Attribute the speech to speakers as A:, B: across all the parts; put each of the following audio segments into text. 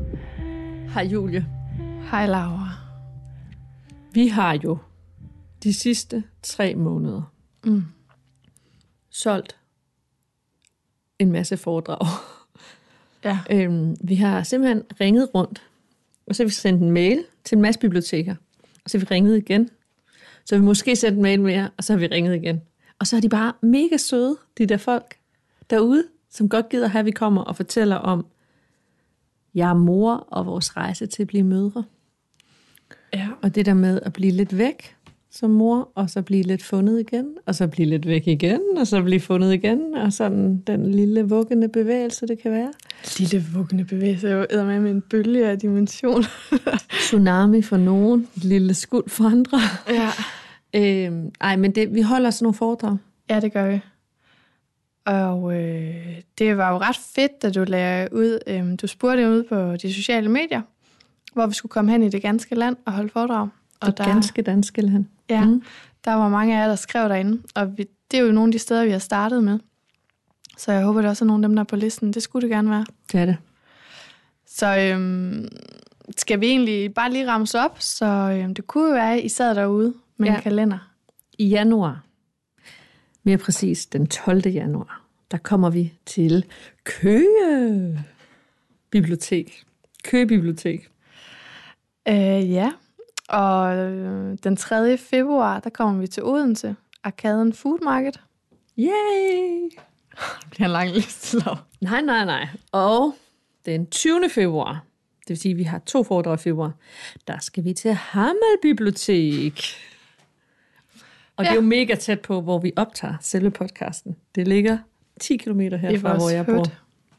A: Hej Julie.
B: Hej Laura.
A: Vi har jo de sidste 3 måneder solgt en masse foredrag.
B: Ja.
A: Vi har simpelthen ringet rundt, og så har vi sendt en mail til en masse biblioteker. Og så har vi ringet igen. Så har vi måske sendt en mail mere, og så har vi ringet igen. Og så er de bare mega søde, de der folk derude, som godt gider have, at vi kommer og fortæller om, jeg er mor og vores rejse til at blive mødre.
B: Ja.
A: Og det der med at blive lidt væk som mor, og så blive lidt fundet igen, og så blive lidt væk igen, og så blive fundet igen, og sådan den lille vuggende bevægelse, det kan være.
B: Lille vuggende bevægelse, jeg æder med en bølge af dimensioner.
A: Tsunami for nogen, et lille skud for andre.
B: Ja.
A: Men vi holder sådan nogle foredrag.
B: Ja, det gør vi. Og det var jo ret fedt, da du lagde ud. Du spurgte ud på de sociale medier, hvor vi skulle komme hen i det ganske land og holde foredrag.
A: Og det ganske danske land.
B: Ja, der var mange af jer, der skrev derinde. Og det er jo nogle af de steder, vi har startet med. Så jeg håber, der også er nogle af dem, der er på listen. Det skulle det gerne være.
A: Det er det.
B: Så skal vi egentlig bare lige ramse op? Så det kunne jo være, at I sad derude med en kalender.
A: I januar, mere præcis den 12. januar, der kommer vi til Køge Bibliotek. Køge Bibliotek.
B: Ja, og den 3. februar, der kommer vi til Odense, Arkaden Food Market.
A: Yay!
B: Det bliver en lang liste, Lav.
A: Nej. Og den 20. februar, det vil sige, at vi har 2 foredrag i februar, der skal vi til Hammel Bibliotek. Og det er jo mega tæt på, hvor vi optager selve podcasten. Det ligger 10 kilometer herfra, hvor jeg bor.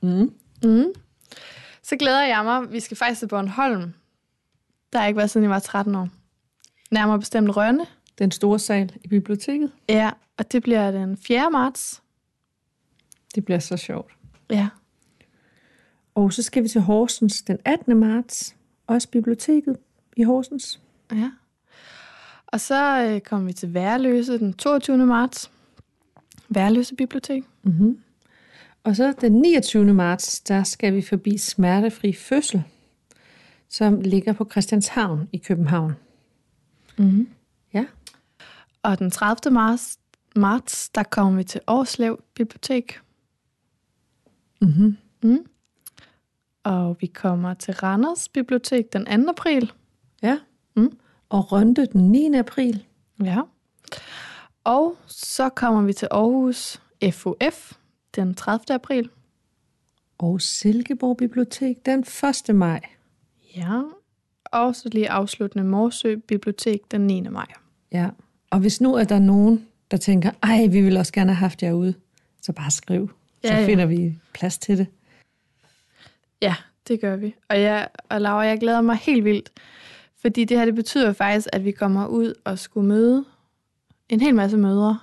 B: Så glæder jeg mig. Vi skal faktisk til Bornholm. Der har ikke været siden jeg var 13 år. Nærmere bestemt Rønne.
A: Den store sal i biblioteket.
B: Ja, og det bliver den 4. marts.
A: Det bliver så sjovt.
B: Ja.
A: Og så skal vi til Horsens den 18. marts. Også biblioteket i Horsens.
B: Ja. Og så kommer vi til Værløse den 22. marts. Værløse Bibliotek.
A: Mm-hmm. Og så den 29. marts, der skal vi forbi Smertefri Fødsel, som ligger på Christianshavn i København.
B: Mm-hmm.
A: Ja.
B: Og den 30. marts, der kommer vi til Årslev Bibliotek.
A: Mm-hmm.
B: Mm. Og vi kommer til Randers Bibliotek den 2. april.
A: Ja. Og Rønde den 9. april.
B: Ja. Og så kommer vi til Aarhus FOF den 30. april.
A: Og Silkeborg Bibliotek den 1. maj.
B: Ja. Og så lige afsluttende Morsø Bibliotek den 9. maj.
A: Ja. Og hvis nu er der nogen, der tænker, ej, vi vil også gerne have haft jer ude, så bare skriv. Så finder vi plads til det.
B: Ja, det gør vi. Og Laura, jeg glæder mig helt vildt. Fordi det her, det betyder faktisk, at vi kommer ud og skulle møde en hel masse mødre.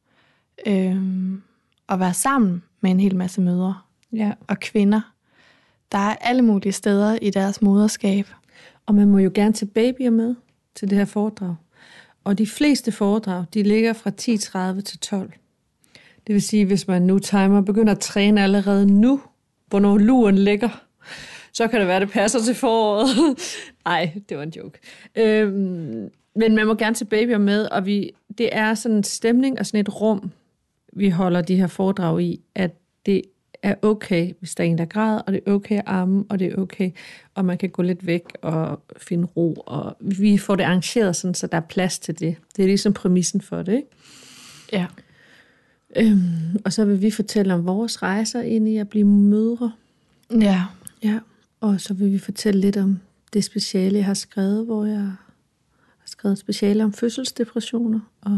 B: Og være sammen med en hel masse mødre.
A: Ja.
B: Og kvinder. Der er alle mulige steder i deres moderskab.
A: Og man må jo gerne tage babyer med til det her foredrag. Og de fleste foredrag, de ligger fra 10.30 til 12. Det vil sige, hvis man nu timer begynder at træne allerede nu, hvornår luren ligger, så kan det være, det passer til foråret. Nej, det var en joke. Men man må gerne tage babyer med, og det er sådan en stemning og sådan et rum, vi holder de her foredrag i, at det er okay, hvis der er en, der græder, og det er okay at amme, og det er okay, og man kan gå lidt væk og finde ro, og vi får det arrangeret sådan, så der er plads til det. Det er ligesom præmissen for det, ikke?
B: Ja.
A: Og så vil vi fortælle om vores rejser ind i at blive mødre.
B: Ja.
A: Ja, og så vil vi fortælle lidt om det speciale, jeg har skrevet, hvor jeg har skrevet speciale om fødselsdepressioner.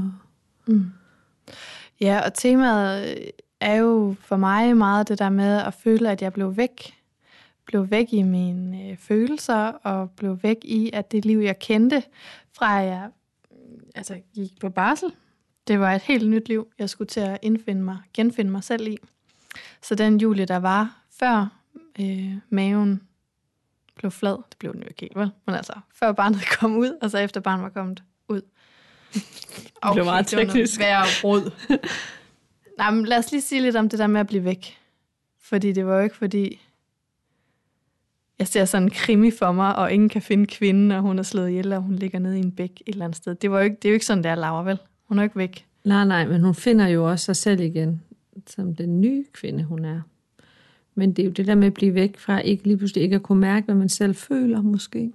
B: Ja, og temaet er jo for mig meget det der med at føle, at jeg blev væk. Blev væk i mine følelser, og blev væk i, at det liv, jeg kendte, fra jeg gik på barsel, det var et helt nyt liv, jeg skulle til at genfinde mig selv i. Så den Julie, der var før maven blev flad, det blev den jo ikke helt, vel? Men altså, før barnet kom ud, og så efter barnet var kommet ud.
A: Det blev meget teknisk.
B: Det var noget brud. Nej, men lad os lige sige lidt om det der med at blive væk. Fordi det var jo ikke fordi, Jeg ser sådan en krimi for mig, og ingen kan finde kvinden, og hun er slået ihjel, og hun ligger nede i en bæk et eller andet sted. Det er jo ikke sådan, der Laura, vel? Hun er ikke væk.
A: Nej, men hun finder jo også sig selv igen, som den nye kvinde, hun er. Men det er jo det der med at blive væk fra, ikke lige pludselig ikke at kunne mærke, hvad man selv føler, måske.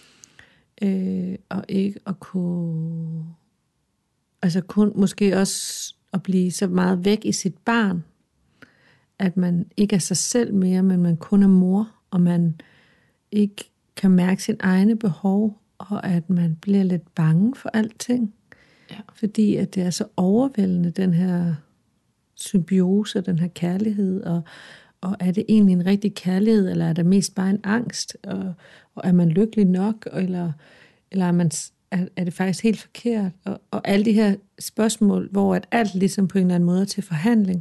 A: Og ikke at kunne... Altså kun måske også at blive så meget væk i sit barn, at man ikke er sig selv mere, men man kun er mor, og man ikke kan mærke sin egne behov, og at man bliver lidt bange for alting.
B: Ja.
A: Fordi at det er så overvældende, den her symbiose, den her kærlighed, og er det egentlig en rigtig kærlighed, eller er det mest bare en angst, og er man lykkelig nok, eller er det faktisk helt forkert, og alle de her spørgsmål, hvor at alt ligesom på en eller anden måde er til forhandling,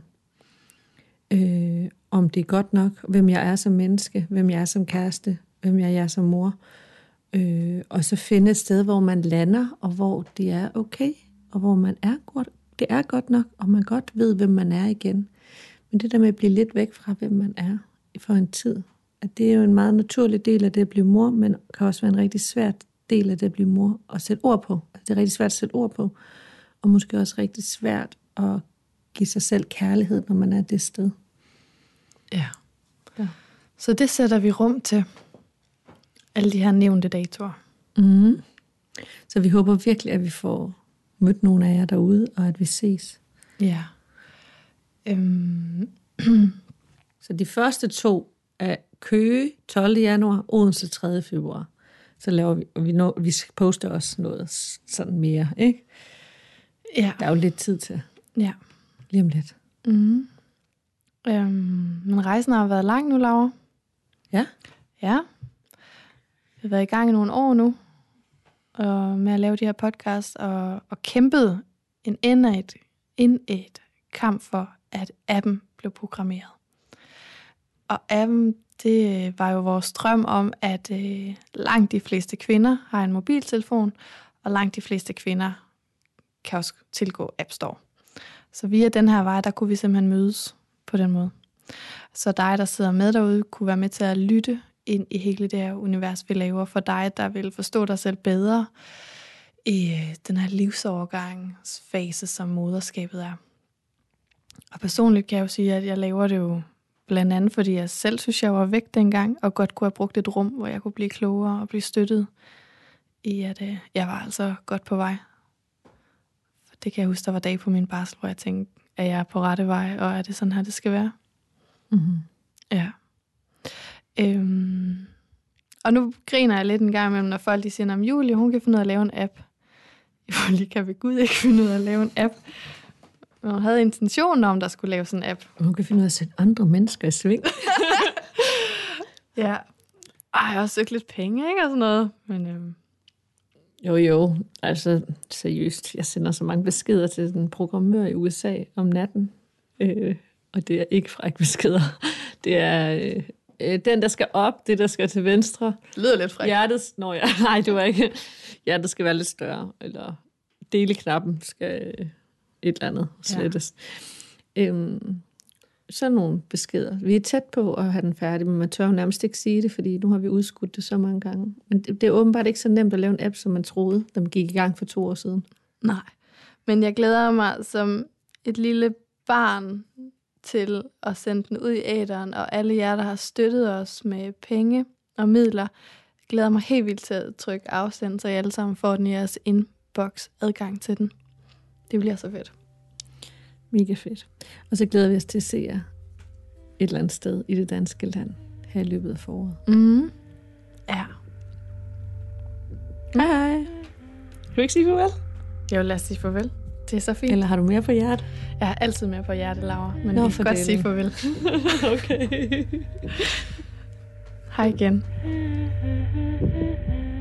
A: om det er godt nok, hvem jeg er som menneske, hvem jeg er som kæreste, hvem jeg er som mor, og så finde et sted, hvor man lander, og hvor det er okay, og hvor man er godt, det er godt nok, og man godt ved, hvem man er igen. Men det der med at blive lidt væk fra, hvem man er for en tid, at det er jo en meget naturlig del af det at blive mor, men kan også være en rigtig svært del af det at blive mor og sætte ord på. Det er rigtig svært at sætte ord på, og måske også rigtig svært at give sig selv kærlighed, når man er det sted.
B: Ja. Så det sætter vi rum til, alle de her nævnte datoer.
A: Mm. Så vi håber virkelig, at vi får mødt nogle af jer derude, og at vi ses.
B: Ja.
A: Så de første 2 er Køge 12. januar, Odense 3. februar. Så laver vi poster også noget sådan mere, ikke?
B: Ja.
A: Der er jo lidt tid til.
B: Ja.
A: Lige om lidt.
B: Mm. Men rejsen har været lang nu, Laura.
A: Ja.
B: Ja. Vi har været i gang i nogle år nu, med at lave de her podcasts, og kæmpet en indædt kamp for, at appen blev programmeret. Og appen, det var jo vores drøm om, at langt de fleste kvinder har en mobiltelefon, og langt de fleste kvinder kan også tilgå App Store. Så via den her vej, der kunne vi simpelthen mødes på den måde. Så dig, der sidder med derude, kunne være med til at lytte ind i hele det her univers, vi laver for dig, der vil forstå dig selv bedre i den her livsovergangsfase, som moderskabet er. Og personligt kan jeg jo sige, at jeg laver det jo blandt andet, fordi jeg selv synes, jeg var væk dengang, og godt kunne have brugt et rum, hvor jeg kunne blive klogere og blive støttet i, at jeg var altså godt på vej. For det kan jeg huske, der var dage på min barsel, hvor jeg tænkte, at jeg er på rette vej, og er det sådan her, det skal være?
A: Mm-hmm.
B: Ja. Og nu griner jeg lidt en gang imellem, når folk de siger, at Julie, hun kan finde ud af at lave en app. Julie, kan ved Gud ikke finde ud af at lave en app. Men hun havde intentionen om, der skulle lave sådan en app.
A: Hun kan finde ud af at sætte andre mennesker i sving.
B: Ja. Jeg har også søgt lidt penge, ikke? Og sådan noget. Men,
A: Jo. Altså, seriøst. Jeg sender så mange beskeder til den programmør i USA om natten. Og det er ikke fræk beskeder. Det er den, der skal op, det, der skal til venstre.
B: Det lyder lidt fræk.
A: Nej, det var ikke. Hjertet skal være lidt større. Eller deleknappen skal et eller andet slettes. Ja. Sådan nogle beskeder. Vi er tæt på at have den færdig, men man tør jo nærmest ikke sige det, fordi nu har vi udskudt det så mange gange. Men det er åbenbart ikke så nemt at lave en app, som man troede, da man gik i gang for 2 år siden.
B: Nej, men jeg glæder mig som et lille barn til at sende den ud i æteren, og alle jer, der har støttet os med penge og midler, jeg glæder mig helt vildt til at trykke afsend, så I alle sammen får den i jeres inbox adgang til den. Det bliver så fedt.
A: Mega fedt. Og så glæder vi os til at se jer et eller andet sted i det danske land her i løbet af foråret.
B: Mm. Ja.
A: Hej. Kan du ikke sige farvel?
B: Jo, lad os sige farvel. Det er så fint.
A: Eller har du mere på hjertet?
B: Jeg har altid mere på hjertet, Laura. Men vi kan godt sige farvel.
A: Okay.
B: Hej igen.